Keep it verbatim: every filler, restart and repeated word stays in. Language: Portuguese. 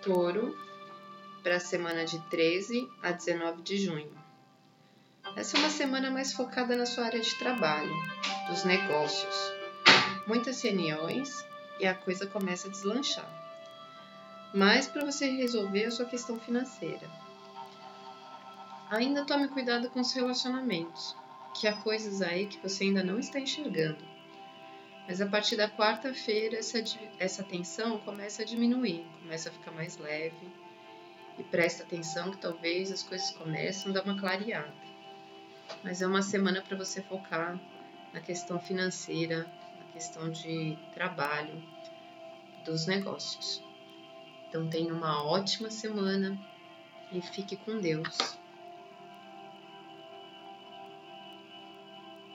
Touro, para a semana de treze a dezenove de junho. Essa é uma semana mais focada na sua área de trabalho, dos negócios. Muitas reuniões e a coisa começa a deslanchar. Mas para você resolver a sua questão financeira. Ainda tome cuidado com os relacionamentos, que há coisas aí que você ainda não está enxergando. Mas a partir da quarta-feira, essa, essa tensão começa a diminuir, começa a ficar mais leve. E presta atenção que talvez as coisas começam a dar uma clareada. Mas é uma semana para você focar na questão financeira, na questão de trabalho, dos negócios. Então tenha uma ótima semana e fique com Deus.